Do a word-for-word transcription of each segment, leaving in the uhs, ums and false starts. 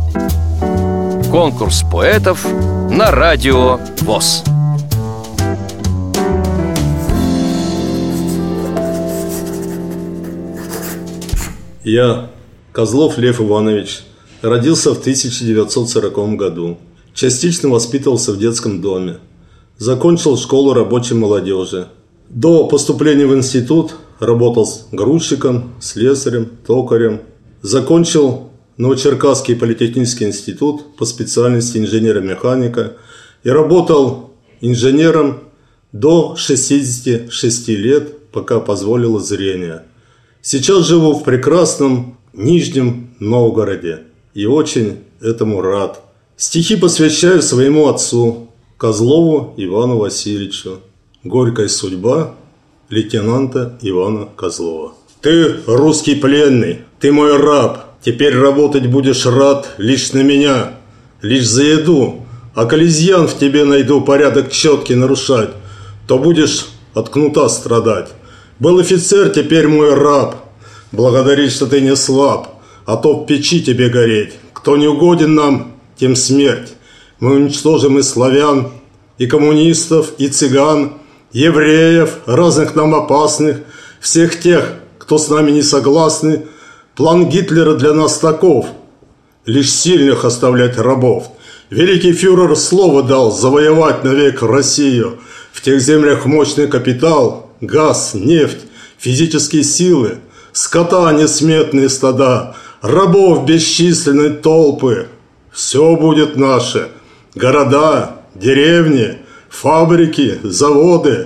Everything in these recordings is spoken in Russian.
Конкурс поэтов на радио ВОС. Я, Козлов Лев Иванович, родился в тысяча девятьсот сороковом году. Частично воспитывался в детском доме. Закончил школу рабочей молодежи. До поступления в институт работал грузчиком, слесарем, токарем. Закончил Новочеркасский политехнический институт по специальности инженера-механика и работал инженером до шестидесяти шести лет, пока позволило зрение. Сейчас живу в прекрасном Нижнем Новгороде и очень этому рад. Стихи посвящаю своему отцу, Козлову Ивану Васильевичу. Горькая судьба лейтенанта Ивана Козлова. Ты русский пленный, ты мой раб. Теперь работать будешь рад лишь на меня, лишь за еду. А коли изъян в тебе найду порядок четкий нарушать, то будешь от кнута страдать. Был офицер, теперь мой раб. Благодарить, что ты не слаб, а то в печи тебе гореть. Кто не угоден нам, тем смерть. Мы уничтожим и славян, и коммунистов, и цыган, евреев, разных нам опасных, всех тех, кто с нами не согласны. План Гитлера для нас таков: лишь сильных оставлять рабов. Великий фюрер слово дал завоевать навек Россию. В тех землях мощный капитал, газ, нефть, физические силы, скота несметные стада, рабов бесчисленные толпы. Все будет наше. Города, деревни, фабрики, заводы.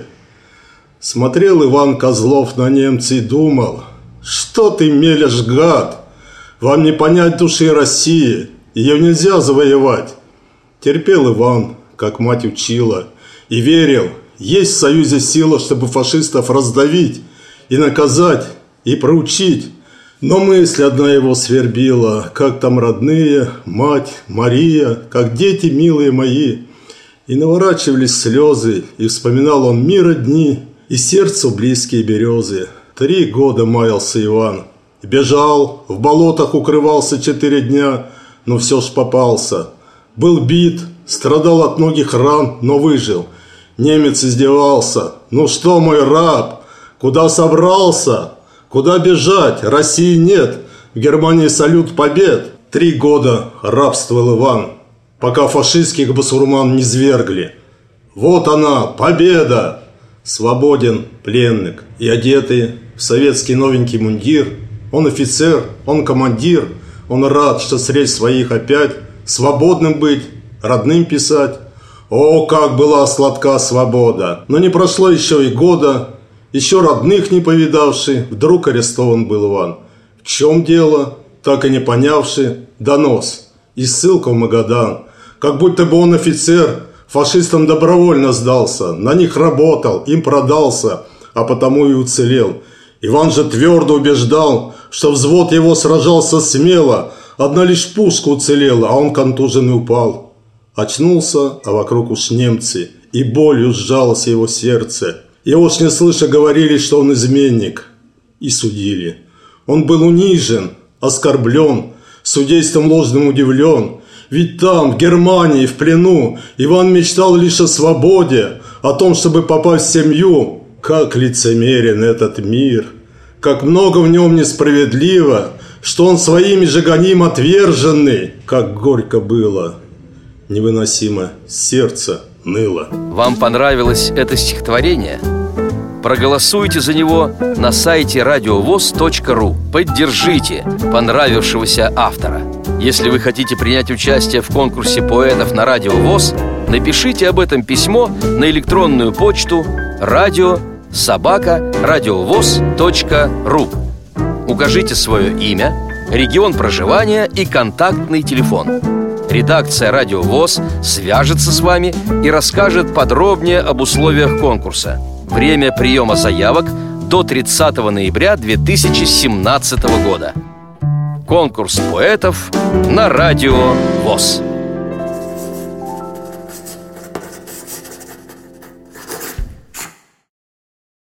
Смотрел Иван Козлов на немца и думал: что ты мелешь, гад? Вам не понять души России, ее нельзя завоевать. Терпел Иван, как мать учила, и верил, есть в союзе сила, чтобы фашистов раздавить и наказать, и проучить. Но мысль одна его свербила: как там родные, мать, Мария, как дети милые мои. И наворачивались слезы, и вспоминал он мира дни, и сердцу близкие березы. Три года маялся Иван. Бежал, в болотах укрывался четыре дня, но все ж попался. Был бит, страдал от многих ран, но выжил. Немец издевался: ну что, мой раб, куда собрался? Куда бежать? России нет. В Германии салют побед. Три года рабствовал Иван, пока фашистских басурман не свергли. Вот она, победа! Свободен пленник и одетый в советский новенький мундир. Он офицер, он командир. Он рад, что средь своих опять свободным быть, родным писать. О, как была сладка свобода! Но не прошло еще и года. Еще родных не повидавший, вдруг арестован был Иван. В чем дело? Так и не понявший, донос и ссылка в Магадан. Как будто бы он офицер, фашистам добровольно сдался, на них работал, им продался, а потому и уцелел. Иван же твердо убеждал, что взвод его сражался смело, одна лишь пушка уцелела, а он контуженный упал. Очнулся, а вокруг уж немцы, и болью сжалось его сердце. Его уж не слыша говорили, что он изменник, и судили. Он был унижен, оскорблен, судейством ложным удивлен. Ведь там, в Германии, в плену, Иван мечтал лишь о свободе, о том, чтобы попасть в семью. Как лицемерен этот мир, как много в нем несправедливо, что он своими же гоним отверженный. Как горько было, невыносимо сердце ныло. Вам понравилось это стихотворение? Проголосуйте за него на сайте радиовос точка ру. Поддержите понравившегося автора. Если вы хотите принять участие в конкурсе поэтов на Радио ВОС, напишите об этом письмо на электронную почту радио собака радиовос точка ру. Укажите свое имя, регион проживания и контактный телефон. Редакция Радио ВОС свяжется с вами и расскажет подробнее об условиях конкурса. Время приема заявок до тридцатого ноября две тысячи семнадцатого года. Конкурс поэтов на Радио ВОС.